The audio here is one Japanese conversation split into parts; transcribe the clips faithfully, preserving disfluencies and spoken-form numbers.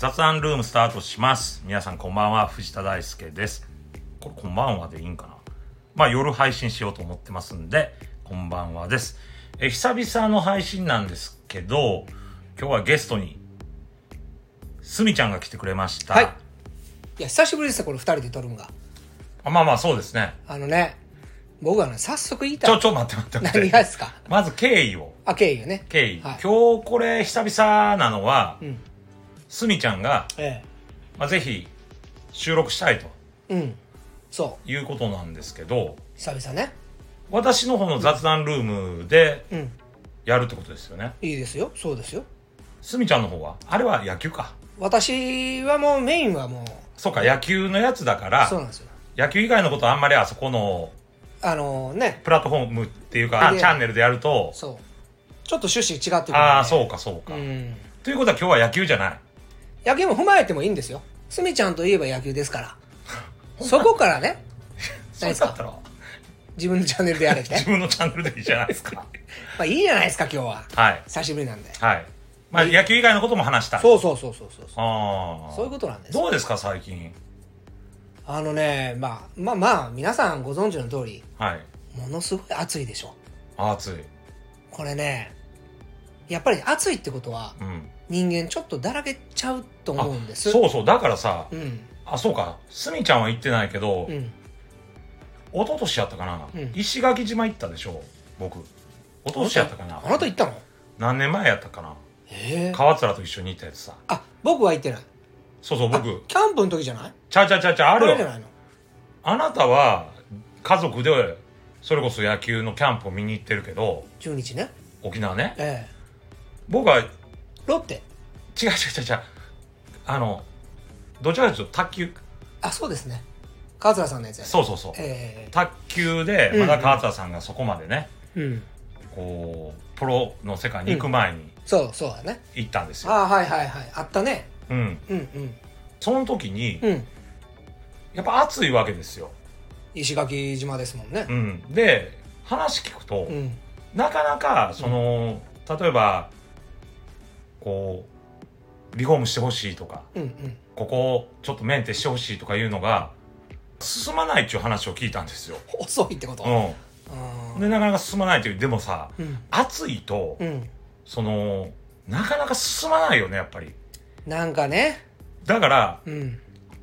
雑談ルームスタートします。皆さんこんばんは、藤田大輔です。これこんばんはでいいんかな。まあ夜配信しようと思ってますんで、こんばんはです。え久々の配信なんですけど、今日はゲストにすみちゃんが来てくれました。 はい。いや久しぶりですよ、これふたりで撮るんが。 あまあまあそうですね。 あのね、僕はね早速言いたい。 ちょちょ待って待って待って。 何がですか。 まず経緯を。 あ経緯よね。 経緯、 はい、 今日これ久々なのは、 うん、 すみちゃんが、 ええまあ、ぜひ収録したいと、 うん、そういうことなんですけど、 久々ね。 私の方の雑談ルームでうん、 やるってことですよね。 いいですよ、そうですよ。 すみちゃんの方はあれは野球か。 私はもうメインはもうそうか、野球のやつだから。 そうなんですよ。 野球以外のことはあんまりあそこのあのねプラットフォームっていうかチャンネルでやると、 そうちょっと趣旨違ってくるんで。 ああそうかそうか、うん、ということは今日は野球じゃない。 野球も踏まえてもいいんですよ。すみちゃんといえば野球ですからそこからねそうだったら自分のチャンネルでやれて自分のチャンネルでいいじゃないですかまあいいじゃないですか今日は。 はい久しぶりなんで。 はい。まあ野球以外のことも話したい。 そうそうそうそうそう。 ああ。 そういうことなんです。 どうですか最近。 あのね、まあまあまあ皆さんご存知の通り、 はい。 ものすごい暑いでしょ。 暑い。 これね、やっぱり暑いってことは、うん、人間ちょっとだらけちゃうと思うんです。 そうそう、だからさ、 うん、 あそうか、すみちゃんは行ってないけど、うん、一昨年やったかな、うん、石垣島行ったでしょ僕。一昨年やったかな。 あなた行ったの？ 何年前やったかな。 えー、 川面と一緒に行ったやつさ。 あ、僕は行ってない。 そうそう、僕キャンプの時じゃない？ ちゃうちゃうちゃうちゃう、あれあれじゃないの？ あなたは家族でそれこそ野球のキャンプを見に行ってるけど、 じゅうにちね、 沖縄ね、 ええ、 僕はロッテ。 違う違う違う違う、あのどちらかというと卓球。 あ、そうですね、川面さんのやつや。 そうそうそう、えー、卓球でまだ川面さんがそこまでね、うん、こうプロの世界に行く前に、うん、 そうそうだね、 行ったんですよ。 あはいはいはい、あったね、 うん、うんうんその時に、うん、やっぱ暑いわけですよ。 石垣島ですもんね、 うん、で話聞くと、うん、なかなかその、うん、例えばこうリフォームしてほしいとか、うんうん、ここちょっとメンテしてほしいとかいうのが進まないっていう話を聞いたんですよ。 遅いってこと？ うん、でなかなか進まないという。でもさ、うん、暑いと、うん、そのなかなか進まないよねやっぱり。 なんかね、 だから、うん、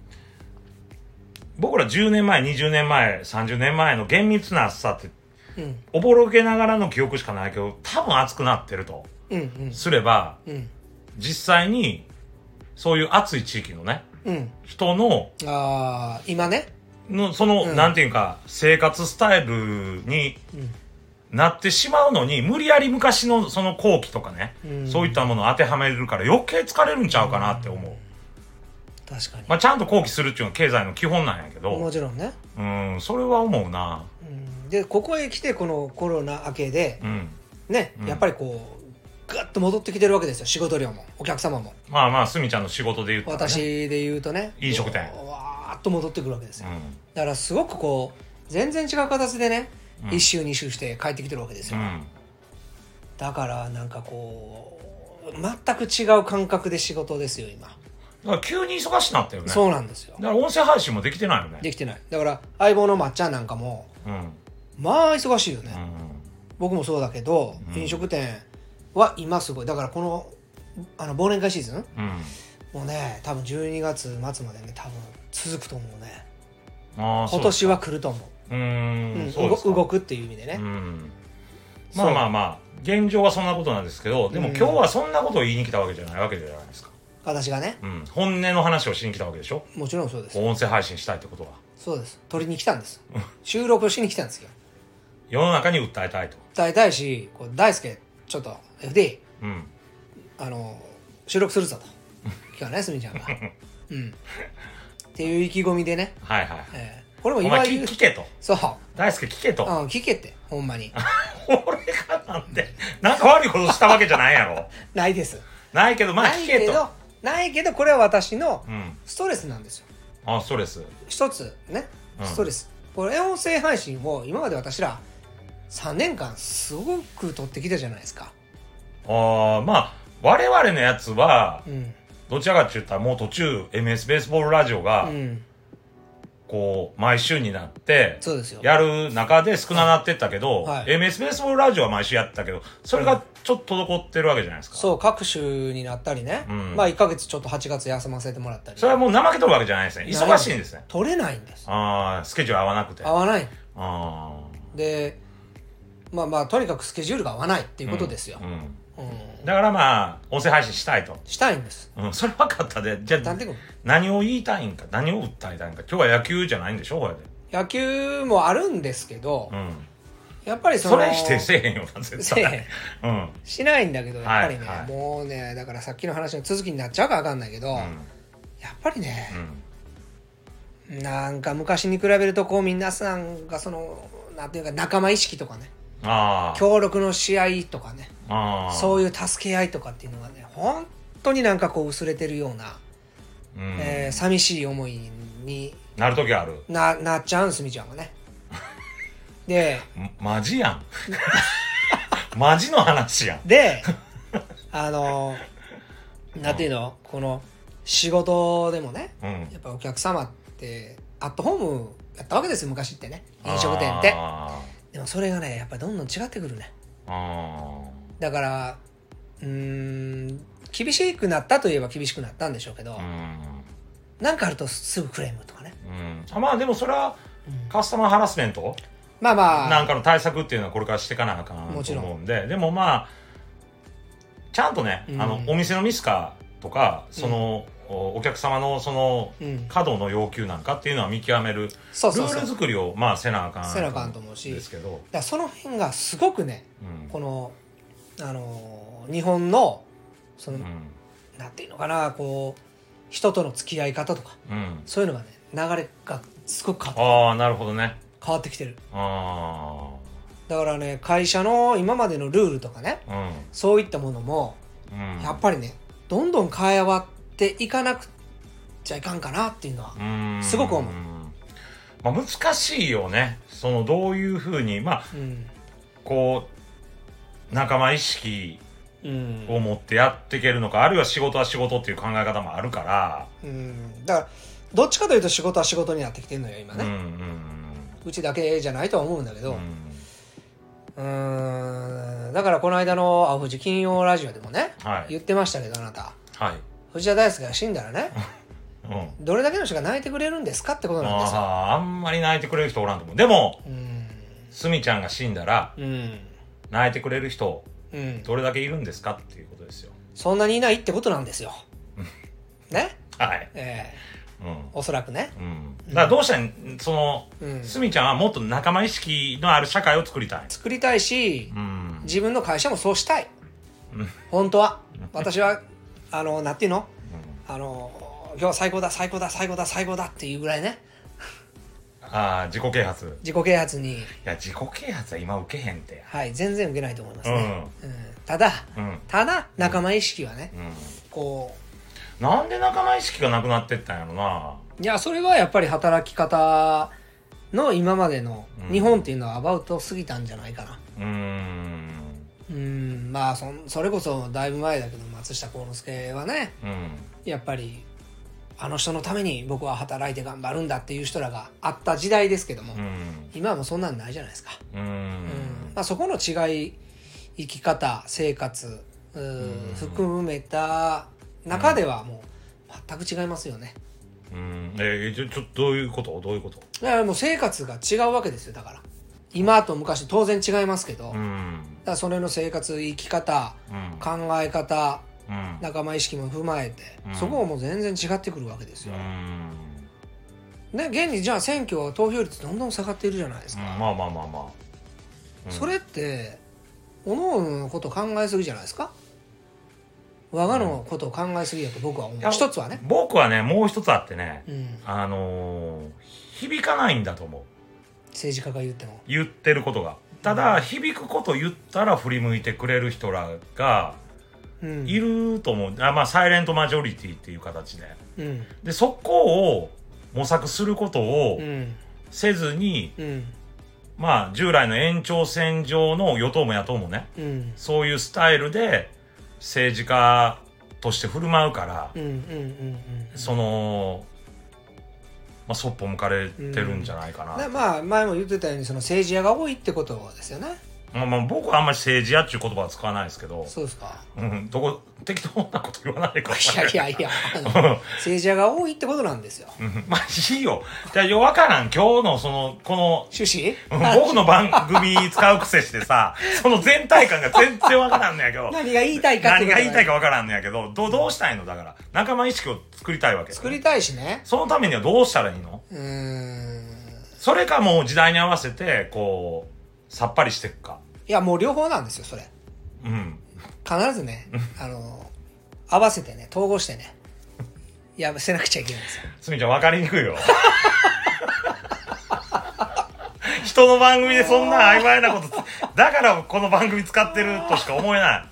僕らじゅうねんまえにじゅうねんまえさんじゅうねんまえの厳密な暑さって、うん、おぼろげながらの記憶しかないけど多分暑くなってると、うんうん、すれば、うん、実際にそういう暑い地域のね、うん、人のあ今ねのその、うん、なんていうか生活スタイルになってしまうのに、無理やり昔のその後期とかね、うん、そういったものを当てはめるから余計疲れるんちゃうかなって思う、うん確かに、 まあ、ちゃんと後期するっていうのは経済の基本なんやけど、 もちろんね、 うんそれは思うな、 うん、でここへ来てこのコロナ明けで、うん、ね、うん、やっぱりこうガッと戻ってきてるわけですよ、仕事量もお客様も。 まあまあすみちゃんの仕事で言うと、ね、 私で言うとね、 飲食店わーっと戻ってくるわけですよ、うん、だからすごくこう全然違う形でね、うん、一周二周して帰ってきてるわけですよ、うん、だからなんかこう全く違う感覚で仕事ですよ今。 だから急に忙しくなったよね。 そうなんですよ。 だから音声配信もできてないよね。 できてない。だから相棒のまっちゃんなんかも、うん、まあ忙しいよね、うん、僕もそうだけど、うん、飲食店は今すごい。だからこのあの忘年会シーズン、うん、もうね多分じゅうにがつまつまでね多分続くと思うね。あ今年は来ると思う。うーん、うん、そうですか。動くっていう意味でね、うん、 まあまあまあ現状はそんなことなんですけど、でも今日はそんなことを言いに来たわけじゃないわけじゃないですか。 私がね、 うん、本音の話をしに来たわけでしょ。 もちろんそうです。 音声配信したいってことはそうです。取りに来たんです収録をしに来たんですよ。 世の中に訴えたいと。 訴えたいし、こう大輔ちょっと エフディー、うん、あの収録するぞと今日はねすみちゃんがうんっていう意気込みでね、はいはい、えー、これも今言う聞けと。そう大輔聞けと、 うん、聞けってほんまに俺がなんでなんか悪いことしたわけじゃないやろないです。 ないけどまあ聞けと。 ないけどこれは私のストレスなんですよ、 うん、あストレス一つね、ストレス、うん、これ音声配信を今まで私らさんねんかんすごく撮ってきたじゃないですか。 ああまあ我々のやつは、うん、 どちらかって言ったらもう途中 エムエス ベースボールラジオが、うん、こう毎週になってそうですよやる中で少ななってったけど、はいはい、エムエス ベースボールラジオは毎週やってたけどそれがちょっと滞ってるわけじゃないですか、 うん、そう各週になったりね、うん、まあいっかげつちょっとはちがつ休ませてもらったりそれはもう怠けとるわけじゃないですね忙しいんですね取れないんです。 ああスケジュール合わなくて合わないあでまあまあとにかくスケジュールが合わないっていうことですよ、うんうんうん、だからまあ音声配信したいとしたいんです、 うん、それ分かったでじゃあ何を言いたいんか何を訴えたいんか今日は野球じゃないんでしょこれで野球もあるんですけど、うん、やっぱりそのそれ否定せえへんよな絶対せえへん、うん、しないんだけどやっぱりね、 はいはい、 もうねだからさっきの話の続きになっちゃうか分かんないけど、うん、やっぱりね、うん、なんか昔に比べるとこう皆さんがそのなんていうか仲間意識とかねあ協力の試合とかねあそういう助け合いとかっていうのがね本当になんかこう薄れてるような、うんえー、寂しい思いになる時あるな, なっちゃうんすみちゃんはねでマジやんマジの話やんであのなんていうの、うん、この仕事でもね、うん、やっぱお客様ってアットホームやったわけですよ昔ってね飲食店ってでもそれがねやっぱどんどん違ってくるねあだからうーん厳しくなったといえば厳しくなったんでしょうけどなんかあるとすぐクレームとかねうんあまあでもそれはカスタマーハラスメント、うん、 まあまあなんかの対策っていうのはこれからしていかなあかんと思うんででもまあちゃんとね、うん、あのお店のミスかとかその、うんお客様のその過度の要求なんかっていうのは見極める、うん、そうそうそうルール作りをまあせなあかんせなあかんと思うしですけどだからその辺がすごくね、うん、このあの日本のその、うん、なんていうのかなこう人との付き合い方とか、うん、そういうのがね流れがすごく変わってああなるほどね変わってきてるあだからね会社の今までのルールとかね、うん、そういったものも、うん、やっぱりねどんどん変わってでいかなくちゃいかんかなっていうのはすごく思う。 まあ、難しいよね。そのどういうふうにまあ、うん、こう仲間意識を持ってやっていけるのか、うん、あるいは仕事は仕事っていう考え方もあるから。 うん、だからどっちかというと仕事は仕事になってきてるのよ今ね。うんうんうん、うちだけじゃないとは思うんだけど。うん、うんだからこの間の青藤金曜ラジオでもね、はい、言ってましたけどあなた。はい藤田大輔が死んだらね、うん、どれだけの人が泣いてくれるんですかってことなんですよ。 ああんまり泣いてくれる人おらんと思う。でもすみちゃんが死んだら、うん、泣いてくれる人、うん、どれだけいるんですかっていうことですよ。 そんなにいないってことなんですよねはいえーうん、おそらくね、 うん、だからどうしたらそのすみ、うん、ちゃんはもっと仲間意識のある社会を作りたい作りたいし、うん、自分の会社もそうしたい、うん、本当は私はあのなんていうの、うん、あの今日は最高だ最高だ最高だ最高だっていうぐらいねああ自己啓発自己啓発にいや自己啓発は今受けへんってはい全然受けないと思いますね、うんうん、ただ、うん、ただ仲間意識はね、うん、こうなんで仲間意識がなくなってったんやろないやそれはやっぱり働き方の今までの日本っていうのはアバウトすぎたんじゃないかなうーんうんまあ そ, それこそだいぶ前だけど松下幸之助はね、うん、やっぱりあの人のために僕は働いて頑張るんだっていう人らがあった時代ですけども、うん、今はもうそんなんないじゃないですか、うんうんまあ、そこの違い生き方生活含めた中ではもう全く違いますよね。 うんえー、ちょちょどういうことどういうこといやもう生活が違うわけですよ。だから今と昔当然違いますけど、うん、だからそれの生活生き方、うん、考え方、うん、仲間意識も踏まえて、うん、そこはもう全然違ってくるわけですよ、うん、で現にじゃあ選挙は投票率どんどん下がっているじゃないですか、 うん、まあまあまあまあ、 うん、それって各々のことを考えすぎじゃないですか。我がのことを考えすぎだと僕は思う。一つはね僕はねもう一つあってね、うん、あのー、響かないんだと思う。 政治家が言っても言ってることがただ、うん、響くこと言ったら振り向いてくれる人らがいると思う、うん、あまあサイレントマジョリティっていう形で、うん、でそこを模索することをせずに、うん、まあ従来の延長線上の与党も野党もね、うん、そういうスタイルで政治家として振る舞うから、 うんうんうんうん、 その、まあ、そっぽ向かれてるんじゃないかな、 うん、まあ前も言ってたようにその政治家が多いってことですよね。 まあ、まあ僕はあんまり政治家っていう言葉は使わないですけど。 そうですか。 うん、どこ適当なこと言わないから。 いやいやいや、あの政治家が多いってことなんですよ。 うん、まあいいよ。じゃあよわからん今日のそのこの趣旨、 うん、僕の番組使う癖してさ、その全体感が全然わからんのやけど。 何が言いたいかって何が言いたいかわからんのやけど、どどうしたいのだから仲間意識を作りたいわけ。 作りたいしね。 そのためにはどうしたらいいの？ うーん。 それかもう時代に合わせてこうさっぱりしていくか。 いやもう両方なんですよそれ。 うん。 必ずね、あの合わせてね統合してねやせなくちゃいけないんですよ。 すみちゃん分かりにくいよ。人の番組でそんな曖昧なことだからこの番組使ってるとしか思えない。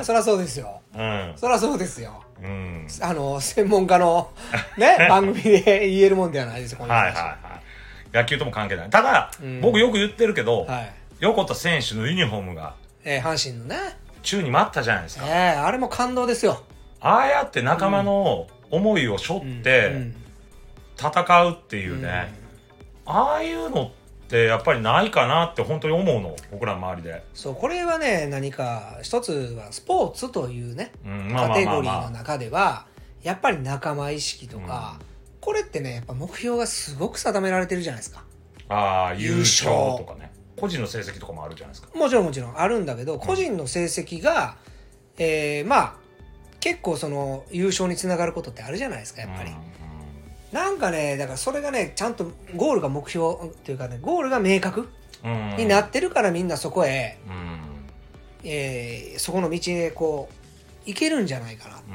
そりゃそうですよ。うん。そりゃそうですよ。うん。あの専門家のね番組で言えるもんではないですよ。この話。はいはいはい。 野球とも関係ない。ただ、うん、僕よく言ってるけど。はい。横田選手のユニフォームが、 えー、阪神のね宙に舞ったじゃないですか、 えー、あれも感動ですよ。 ああやって仲間の思いを背負って戦うっていうね、うんうん、ああいうのってやっぱりないかなって本当に思うの、僕らの周りで。 そう、これはね何か一つはスポーツというね、うん、カテゴリーの中ではやっぱり仲間意識とか、うん、これってねやっぱ目標がすごく定められてるじゃないですか。 ああ、優勝とかね、個人の成績とかもあるじゃないですか。 もちろんもちろんあるんだけど、個人の成績が、うん、えー、まあ結構その優勝につながることってあるじゃないですかやっぱり、うんうん、なんかねだからそれがねちゃんとゴールが目標っていうかねゴールが明確になってるからみんなそこへ、うん、えー、そこの道へこう行けるんじゃないかな、うん、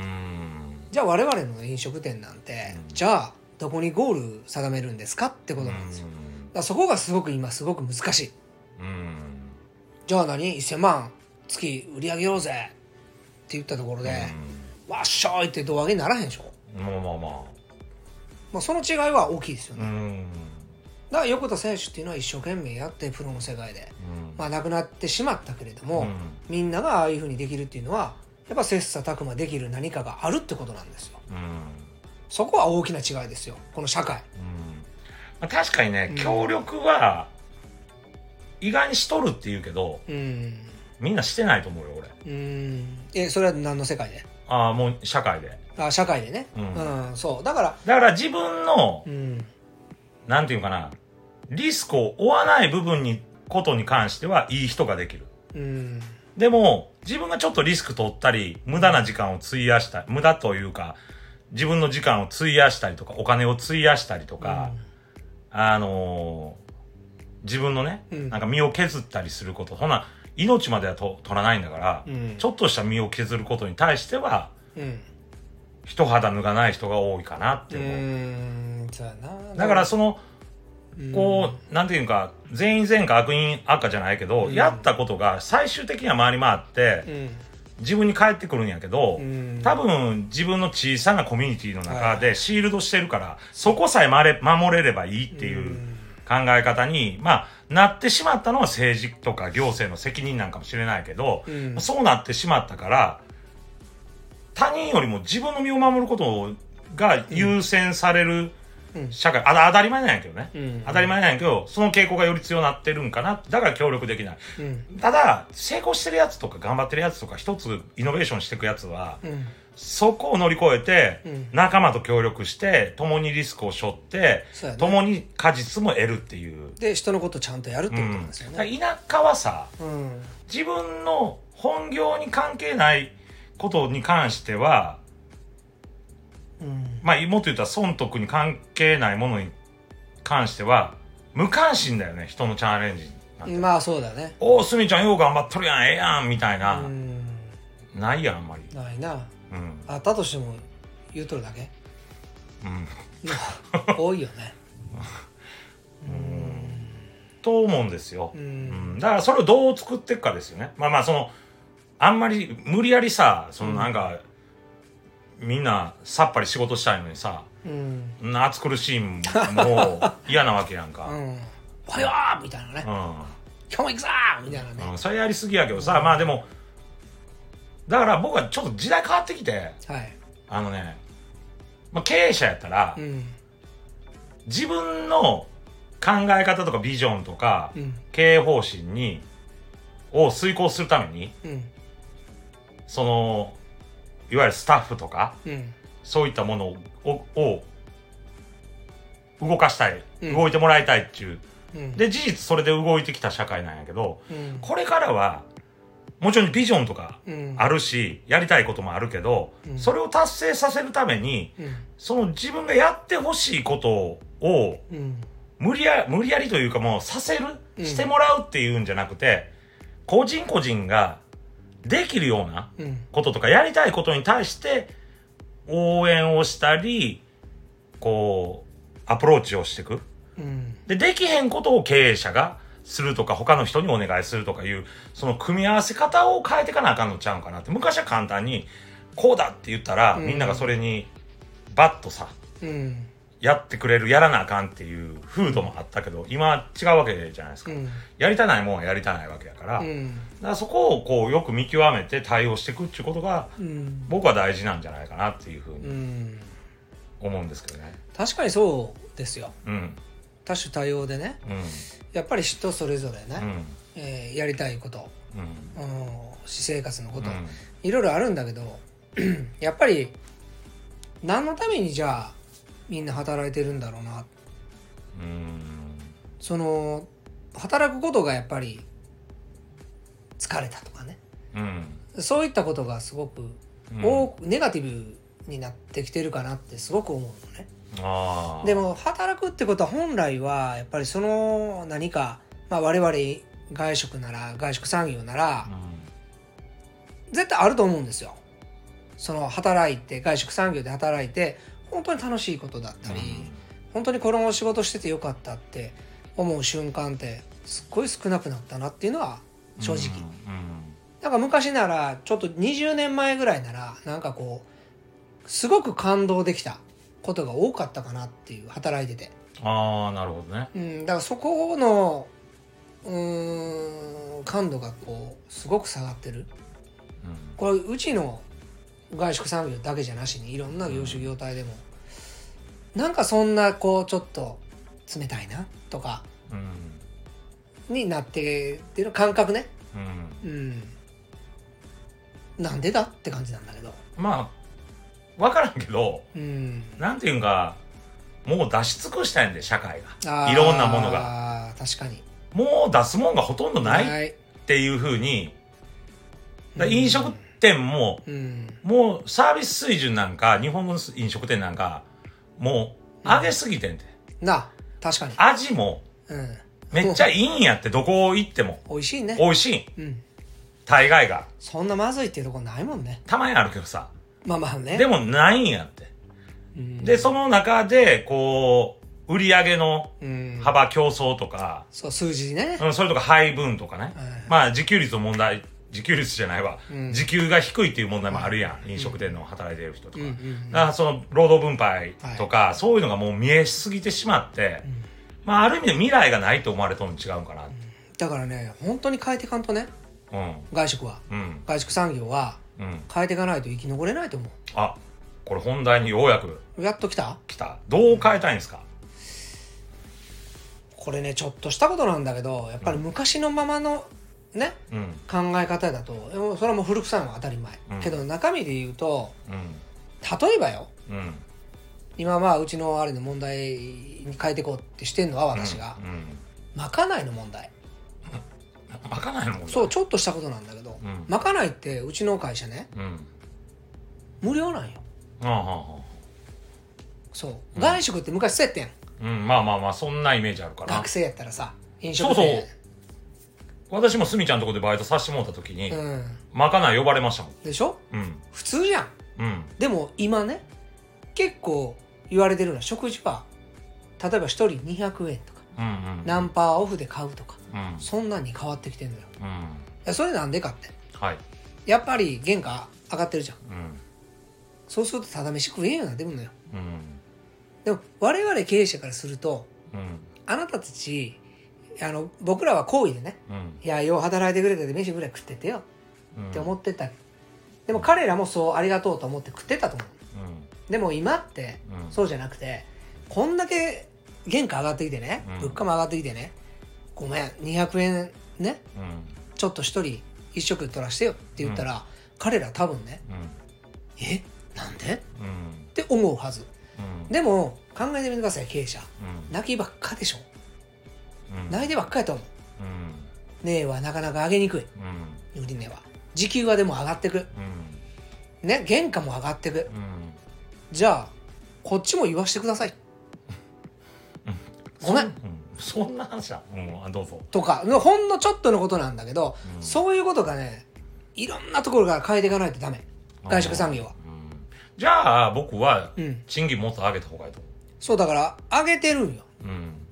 じゃあ我々の飲食店なんて、うん、じゃあどこにゴール定めるんですかってことなんですよ、うん、だからそこがすごく今すごく難しい、うん、じゃあ何せんまん月売り上げようぜって言ったところで、うん、わっしょいって胴上げにならへんでしょ。 まあまあまあ、 まあ、その違いは大きいですよね、うん、だから横田選手っていうのは一生懸命やってプロの世界で、うん、まあ亡くなってしまったけれども、うん、みんながああいう風にできるっていうのはやっぱ切磋琢磨できる何かがあるってことなんですよ、うん、そこは大きな違いですよこの社会、うん、 まあ、確かにね、うん、協力は意外にしとるって言うけど、うん、みんなしてないと思うよ俺。うん、 えそれは何の世界で？ ああ、もう社会で。 あ、社会でね、うん、うん、そうだからだから自分の、うん、なんていうかな、リスクを負わない部分にことに関してはいい人ができる、うん、でも自分がちょっとリスク取ったり無駄な時間を費やした無駄というか自分の時間を費やしたりとかお金を費やしたりとか、うん、あのー、自分のね、うん、なんか身を削ったりすること、ほな命まではと取らないんだから、うん、ちょっとした身を削ることに対しては、うん、一肌脱がない人が多いかなって思う。うーん、そうやな。だからそのこうなんていうか全員善か悪因悪かじゃないけど、うん、やったことが最終的には回り回って、うん、自分に返ってくるんやけど、うん、多分自分の小さなコミュニティの中でシールドしてるから、はい、そこさえ守れ、守れればいいっていう考え方に、まあなってしまったのは政治とか行政の責任なんかもしれないけど、うん、そうなってしまったから他人よりも自分の身を守ることが優先される社会、うん、あ当たり前なんやけどね、うん、当たり前なんやけどその傾向がより強くなってるんかな、だから協力できない、うん、ただ成功してるやつとか頑張ってるやつとか一つイノベーションしていくやつは、うん、そこを乗り越えて、うん、仲間と協力して共にリスクを背負って、ね、共に果実も得るっていうで人のことちゃんとやるってことなんですよね、 うん、田舎はさ、うん、自分の本業に関係ないことに関しては、うん、まあもっと言ったら損得に関係ないものに関しては無関心だよね、人のチャレンジなんて。 まあそうだね。 おおすみちゃんよう頑張っとるやん、ええやんみたいな、うん、ないやんあんまりないな、うん、あったとしても言うとるだけ、うん、多いよねうんと思うんですよ、うんうん、だからそれをどう作っていくかですよね。まあまあそのあんまり無理やりさそのなんか、うん、みんなさっぱり仕事したいのにさ、うん、暑苦しいも嫌なわけやんか、うん、 おはようみたいなね、うん、今日も行くぞみたいなね、 うん、それやりすぎやけどさ、うん、まあでもだから僕はちょっと時代変わってきて、 はい、 あのね、まあ、経営者やったら、うん、自分の考え方とかビジョンとか、うん、経営方針にを遂行するために、うん、そのいわゆるスタッフとか、うん、そういったものを、を動かしたい、うん、動いてもらいたいっていう、うん、で事実それで動いてきた社会なんやけど、うん、これからはもちろんビジョンとかあるし、うん、やりたいこともあるけど、うん、それを達成させるために、うん、その自分がやってほしいことを、うん、無理や無理やりというかもうさせる、うん、してもらうっていうんじゃなくて、個人個人ができるようなこととか、やりたいことに対して応援をしたり、こうアプローチをしていく、うん、でできへんことを経営者がするとか他の人にお願いするとかいうその組み合わせ方を変えていかなあかんのちゃうんかなって。昔は簡単にこうだって言ったら、うん、みんながそれにバッとさ、うん、やってくれる、やらなあかんっていう風土もあったけど、今違うわけじゃないですか、うん、やりたないもんはやりたないわけやから、うん、だからそこをこうよく見極めて対応していくっていうことが、うん、僕は大事なんじゃないかなっていうふうに思うんですけどね。 確かにそうですよ、うん、多種多様でね、うん、やっぱり人それぞれね、うんえー、やりたいこと、うんうん、私生活のこと、うん、いろいろあるんだけどやっぱり何のためにじゃあみんな働いてるんだろうな、うん、その働くことがやっぱり疲れたとかね、うん、そういったことがすごく多く、うん、ネガティブになってきてるかなってすごく思うのね。あでも働くってことは本来はやっぱりその何か、まあ、我々外食なら外食産業なら、うん、絶対あると思うんですよ。その働いて外食産業で働いて本当に楽しいことだったり、うん、本当にこの仕事しててよかったって思う瞬間ってすっごい少なくなったなっていうのは正直、うんうん、なんか昔ならちょっとにじゅうねんまえぐらいならなんかこうすごく感動できたことが多かったかなっていう、働いてて。 ああ、なるほどね。 うん、だからそこのうーん感度がこうすごく下がってる、うん、これうちの外食産業だけじゃなしにいろんな業種業態でも、うん、なんかそんなこうちょっと冷たいなとか、うん、になってっていう感覚ね、うん、うん、なんでだって感じなんだけど、 まあ分からんけど、うん、なんていうんかもう出し尽くしたいんで社会がいろんなものが。 確かにもう出すもんがほとんどないっていう風に、だ飲食店も、うん、もうサービス水準なんか日本の飲食店なんかもう上げすぎてんて、 うん、な確かに味も、うん、めっちゃいいんやって。どこ行っても美味しいね。 美味しい、うん、大概がそんなまずいっていうとこないもんね。 たまにあるけどさ、 まあまあね、 でもないんやって、うん、でその中でこう売り上げの幅競争とか、 うん、そう数字ね、 うん、それとか配分とかね、はい、まあ自給率の問題、自給率じゃないわ、うん、時給が低いっていう問題もあるやん、うん、飲食店の働いてる人とか、うん、だからその労働分配とか、はい、そういうのがもう見えすぎてしまって、うん、まあある意味で未来がないと思われとるの違うんかな、うん、 だからね本当に変えていかんとね、うん、外食は、うん、外食産業は変えていかないと生き残れないと思う。 あ、これ本題にようやくやっと来た来た。どう変えたいんですか？ これねちょっとしたことなんだけど、やっぱり昔のままのね、うん、考え方だとそれはもう古臭いのは当たり前、うん、けど中身で言うと、うん、例えばよ、うん、今まあうちのあれの問題に変えていこうってしてんのは私が、うんうん、まかないの問題。 まかないの問題？ そうちょっとしたことなんだけど、うん、まかないってうちの会社ね、うん、無料なんよ。ああああそう、うん、外食って昔そうやってん。 うん、まあまあまあそんなイメージあるかな。 学生やったらさ飲食店。そうそう、 私もすみちゃんのとこでバイトさせてもらった時に、うん、まかない呼ばれましたもん。 でしょ、うん、普通じゃん、うん、でも今ね結構言われてるのは食事は例えばひとりにひゃくえんとか、うんうん、何パーオフで買うとか、うん、そんなんに変わってきてるのよ、うん、いやそれなんでかって、はい、やっぱり原価上がってるじゃん、うん、そうするとただ飯食えんようになってくるのよ、うん、でも我々経営者からすると、うん、あなたたちあの僕らは好意でね、うん、いやよう働いてくれてて飯ぐらい食っててよ、うん、って思ってたでも彼らもそうありがとうと思って食ってたと思う、 うん、 でも今ってそうじゃなくて、こんだけ原価上がってきてね、 うん、 物価も上がってきてね、ごめんにひゃくえんね、うん、ちょっと一人一食取らしてよって言ったら、うん、彼ら多分ね、うん、えなんで、うん、って思うはず、うん、でも考えてみてください経営者、うん、泣きばっかでしょ、うん、泣いてばっかやと思う、うん、値はなかなか上げにくい、うん、売り値は時給はでも上がってく、うん、ね原価も上がってく、うん、じゃあこっちも言わしてください、うん、ごめん、うん、 そんな話だ、うん、どうぞとかほんのちょっとのことなんだけど、うん、そういうことがねいろんなところから変えていかないとダメ、外食産業は、うん、 じゃあ僕は賃金もっと上げた方がいいと思う、うん、 そうだから上げてるんよ、 うん、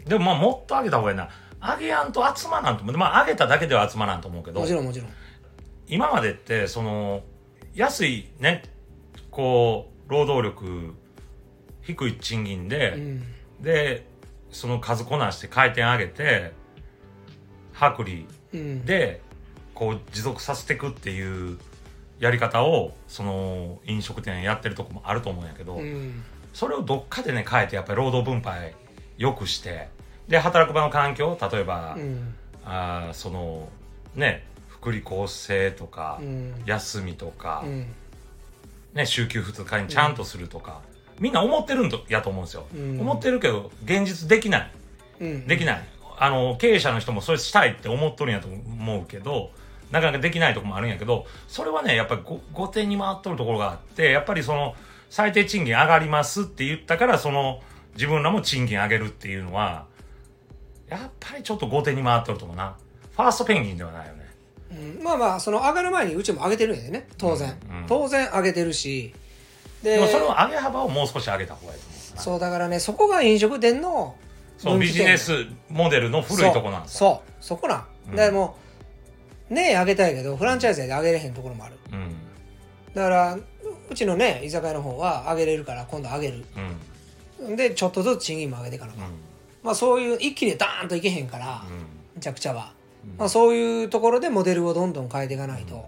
でもまあもっと上げた方がいいな、上げやんと集まらんと思う、まあ上げただけでは集まらんと思うけど、 もちろんもちろん今までってその安いねこう労働力低い賃金で、うん、でその数こなして回転上げて薄利でこう持続させていくっていうやり方をその飲食店やってるとこもあると思うんやけど、うん、それをどっかでね変えてやっぱり労働分配良くしてで働く場の環境例えば、うん、あそのね福利厚生とか、うん、休みとか、うんね、週休ふつかにちゃんとするとか、うん、みんな思ってるんやと思うんですよ、うん、思ってるけど現実できない、うん、できないあの経営者の人もそれしたいって思っとるんやと思うけどなかなかできないところもあるんやけどそれはねやっぱり後手に回っとるところがあってやっぱりその最低賃金上がりますって言ったからその自分らも賃金上げるっていうのはやっぱりちょっと後手に回っとると思うな。ファーストペンギンではないよね。 うん、まあまあその上がる前にうちも上げてるんやでね当然、うんうん、当然上げてるしで, でもその上げ幅をもう少し上げた方がいいと思う。 そうだからねそこが飲食店のそうビジネスモデルの古いとこなんですよ。そうそこなん、うん、だからもうね上げたいけどフランチャイズで上げれへんところもある、うん、だからうちのね居酒屋の方は上げれるから今度上げる、うん、でちょっとずつ賃金も上げていかなか、うん、まあそういう一気にダーンといけへんから、うん、めちゃくちゃは、うんまあ、そういうところでモデルをどんどん変えていかないと、うんうん、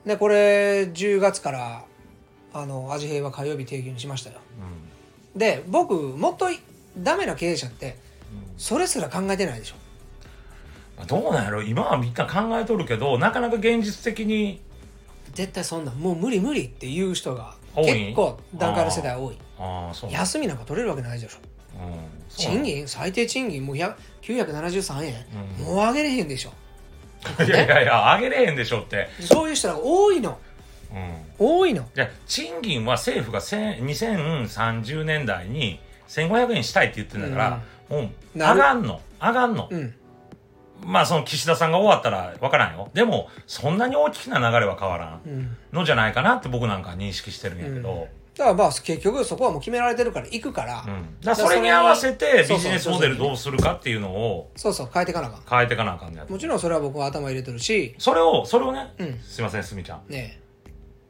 でこれじゅうがつからあの味平は火曜日定休にしましたよ、うん、で僕もっとダメな経営者ってそれすら考えてないでしょ。 どうなんやろ今はみんな考えとるけどなかなか現実的に絶対そんなもう無理無理っていう人が結構段階の世代多い。ああそう休みなんか取れるわけないでしょ、うん、賃金最低賃金もうきゅうひゃくななじゅうさんえん、うん、もう上げれへんでしょいやいやいや上げれへんでしょってそういう人が多いの、うん、多いの。いや賃金は政府がにせんさんじゅうねんだいにせんごひゃくえんしたいって言ってるんだから、うん、もう上がんの上がんの、うん、まあその岸田さんが終わったら分からんよ。でもそんなに大きな流れは変わらんのじゃないかなって僕なんか認識してるんやけど、うん、 だからまあ結局そこはもう決められてるから行くから、 うん、だからそれに合わせてビジネスモデルどうするかっていうのをそうそう変えていかなあかん変えていかなあかんね。 もちろんそれは僕は頭入れてるしそれをそれをね、うん、すいませんすみちゃんねえ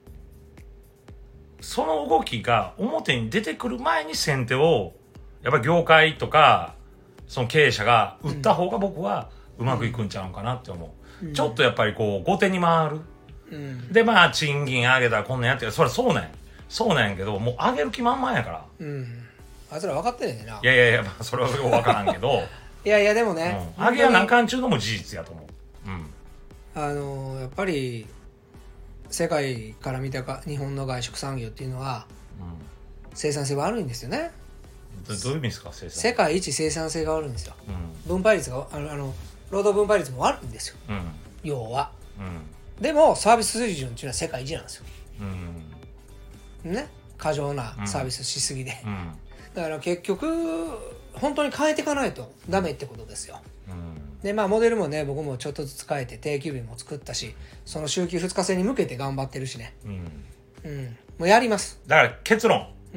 その動きが表に出てくる前に先手をやっぱり業界とかその経営者が売った方が僕はうまくいくんちゃうかなって思う、うん、ちょっとやっぱりこう後手に回る、うん、でまあ賃金上げたらこんなんやってるそれそうなんやそうなんやけどもう上げる気満々やから、うん、 あいつら分かってんねんな。 いやいやいや、まあ、それはよく分からんけどいやいやでもね、 うん、上げや難関中のも事実やと思う、うん、 あのー、やっぱり世界から見たか日本の外食産業っていうのは、うん、生産性悪いんですよね。 ど, どういう意味ですか生産世界一生産性が悪いんですよ、うん、分配率があのあの労働分配率も悪いんですよ、うん、要は、うん、でもサービス水準っていうのは世界一なんですよ、うん、ね過剰なサービスしすぎで、うん、だから結局本当に変えていかないとダメってことですよ、うん、でまあモデルもね僕もちょっとずつ変えて定休日も作ったしその週休ふつか制に向けて頑張ってるしね、うんうん、もうやります。 だから結論うん、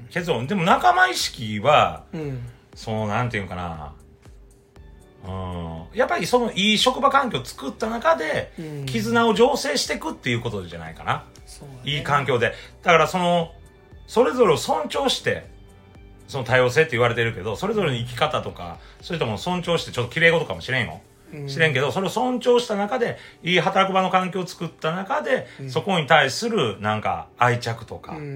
結論でも仲間意識は、うん、そのなんていうかな、うん、やっぱりそのいい職場環境を作った中で、うん、絆を醸成していくっていうことじゃないかな、そうだね、いい環境でだからそのそれぞれを尊重してその多様性って言われてるけどそれぞれの生き方とかそういったものを尊重してちょっと綺麗事かもしれんよ、 しれんけど、それを尊重した中でいい働く場の環境を作った中で、うん、そこに対するなんか愛着とか、うん、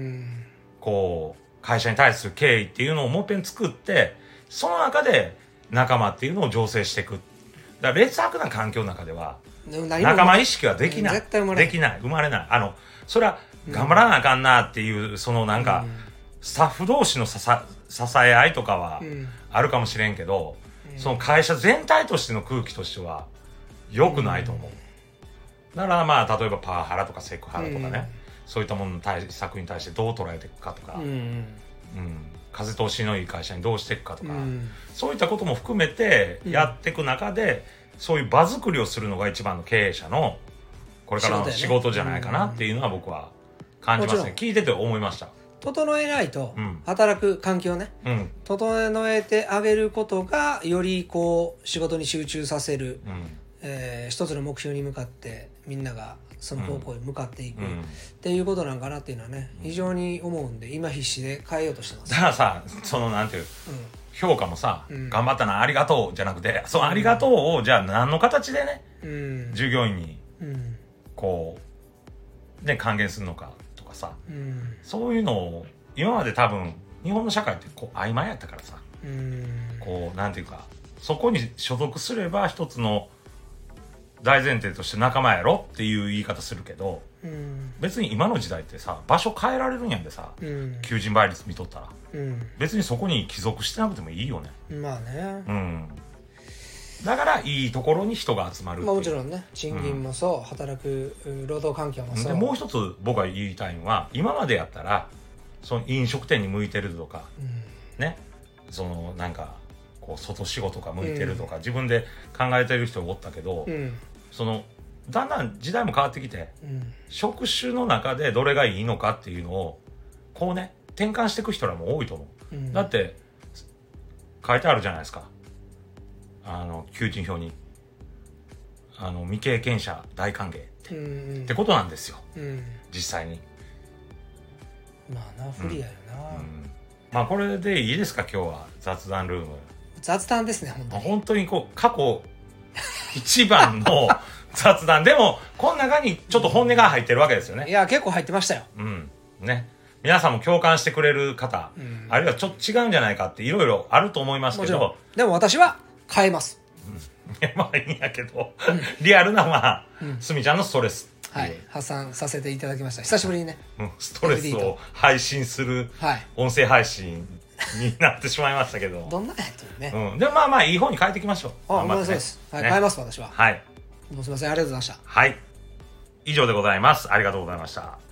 こう会社に対する敬意っていうのをもう一遍作って、その中で仲間っていうのを醸成していく。だから劣悪な環境の中では仲間意識はできない、絶対生まれない、できない、生まれない。あのそれは頑張らなあかんなっていう、そのなんか、うん、スタッフ同士の支え合いとかはあるかもしれんけど、うん、その会社全体としての空気としては良くないと思う、うん、だからまあ例えばパワハラとかセクハラとかね、うん、そういったものの対策に対してどう捉えていくかとか、うんうん、風通しのいい会社にどうしていくかとか、うん、そういったことも含めてやっていく中で、うん、そういう場作りをするのが一番の経営者のこれからの仕事じゃないかなっていうのは僕は感じますね。聞いてて思いました。 整えないと、働く環境ね、うん、整えてあげることがよりこう仕事に集中させる、うん、えー、一つの目標に向かってみんながその方向に向かっていく、うん、っていうことなんかなっていうのはね、非常に思うんで今必死で変えようとしてます。 だからさ、そのなんていう、うん、評価もさ、うん、頑張ったなありがとうじゃなくて、そのありがとうをじゃあ何の形でね、うん、従業員にこうね還元するのかとかさ、うん、そういうのを今まで多分日本の社会ってこう曖昧やったからさ、うん、こうなんていうかそこに所属すれば一つの大前提として仲間やろっていう言い方するけど、うん、別に今の時代ってさ場所変えられるんやんでさ、うん、求人倍率見とったら、うん、別にそこに帰属してなくてもいいよね。 まあね、 うん、だからいいところに人が集まるっていう、 まあ、もちろんね賃金もそう、うん、働く労働環境もそうで、もう一つ僕が言いたいのは今までやったらその飲食店に向いてるとか、うん、ねそのなんかこう外仕事が向いてるとか、うん、自分で考えてる人がおったけど、うん、そのだんだん時代も変わってきて、うん、職種の中でどれがいいのかっていうのをこうね転換していく人らも多いと思う、うん、だって書いてあるじゃないですか、あの求人票にあの未経験者大歓迎って、うん、ってことなんですよ、うん、実際に。 まあな不利やよな、うんうん、 まあこれでいいですか今日は雑談ルーム。 雑談ですね本当に。 本当にこう過去一番の雑談でもこの中にちょっと本音が入ってるわけですよね。 いや結構入ってましたよ。 うんね。皆さんも共感してくれる方、うん、あるいはちょっと違うんじゃないかっていろいろあると思いますけど、 でも私は変えます。 うん、いやまあいいんやけど、うん、リアルなまあ、うん、すみちゃんのストレス。 はい、発散させていただきました。久しぶりにね、 うん、ストレスを配信する音声配信になってしまいましたけど、 どんなやつね、 うん、でもまあまあいい方に変えていきましょう。 あ、まあ、そうです、はい、ね、変えます私は。 はい、 もうすみません、ありがとうございました。 はい、以上でございます。ありがとうございました。